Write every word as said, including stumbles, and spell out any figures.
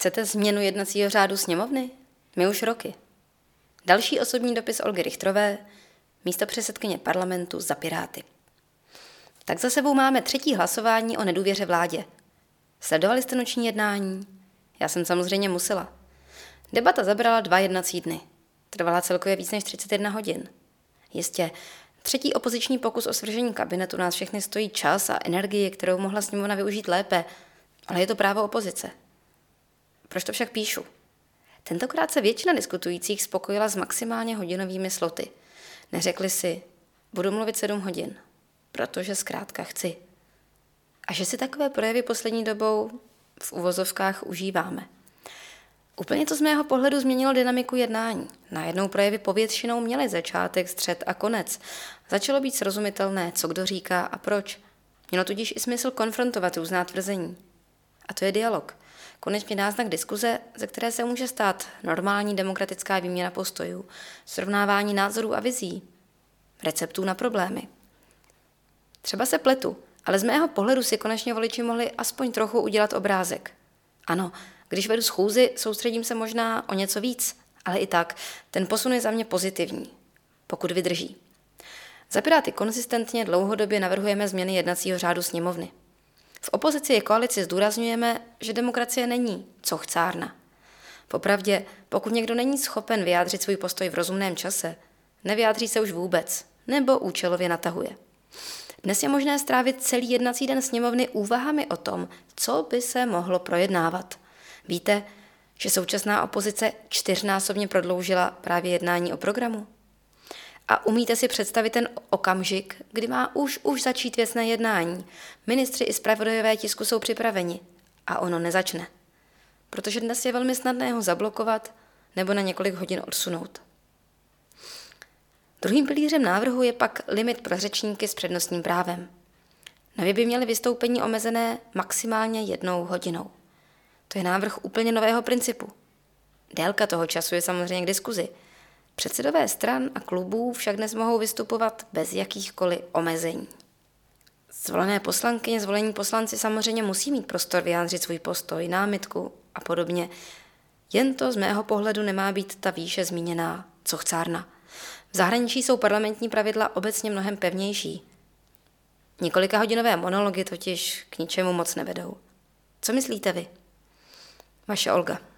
Chcete změnu jednacího řádu sněmovny? My už roky. Další osobní dopis Olgy Richterové, místopředsedkyně parlamentu za Piráty. Tak za sebou máme třetí hlasování o nedůvěře vládě. Sledovali jste noční jednání? Já jsem samozřejmě musela. Debata zabrala dva jednací dny. Trvala celkově víc než třicet jedna hodin. Jistě, třetí opoziční pokus o svržení kabinetu nás všechny stojí čas a energii, kterou mohla sněmovna využít lépe, ale je to právo opozice. Proč to však píšu? Tentokrát se většina diskutujících spokojila s maximálně hodinovými sloty. Neřekli si, budu mluvit sedm hodin, protože zkrátka chci. A že si takové projevy poslední dobou v uvozovkách užíváme. Úplně to z mého pohledu změnilo dynamiku jednání. Najednou projevy povětšinou měly začátek, střed a konec. Začalo být srozumitelné, co kdo říká a proč. Mělo tudíž i smysl konfrontovat různá tvrzení. A to je dialog. Konečně náznak diskuze, ze které se může stát normální demokratická výměna postojů, srovnávání názorů a vizí, receptů na problémy. Třeba se pletu, ale z mého pohledu si konečně voliči mohli aspoň trochu udělat obrázek. Ano, když vedu schůzi, soustředím se možná o něco víc, ale i tak, ten posun je za mě pozitivní, pokud vydrží. Za Piráty konzistentně dlouhodobě navrhujeme změny jednacího řádu sněmovny. V opozici i koalici zdůrazňujeme, že demokracie není cochcárna. Popravdě, pokud někdo není schopen vyjádřit svůj postoj v rozumném čase, nevyjádří se už vůbec, nebo účelově natahuje. Dnes je možné strávit celý jednací den sněmovny úvahami o tom, co by se mohlo projednávat. Víte, že současná opozice čtyřnásobně prodloužila právě jednání o programu? A umíte si představit ten okamžik, kdy má už už začít věcné jednání. Ministři i zpravodajové tisku jsou připraveni a ono nezačne. Protože dnes je velmi snadné ho zablokovat nebo na několik hodin odsunout. Druhým pilířem návrhu je pak limit pro řečníky s přednostním právem. Nově by měly vystoupení omezené maximálně jednou hodinou. To je návrh úplně nového principu. Délka toho času je samozřejmě k diskuzi. Předsedové stran a klubů však dnes mohou vystupovat bez jakýchkoliv omezení. Zvolené poslankyně, zvolení poslanci samozřejmě musí mít prostor vyjádřit svůj postoj, námitku a podobně. Jen to z mého pohledu nemá být ta výše zmíněná cochcárna. V zahraničí jsou parlamentní pravidla obecně mnohem pevnější. Několika hodinové monology totiž k ničemu moc nevedou. Co myslíte vy? Vaše Olga.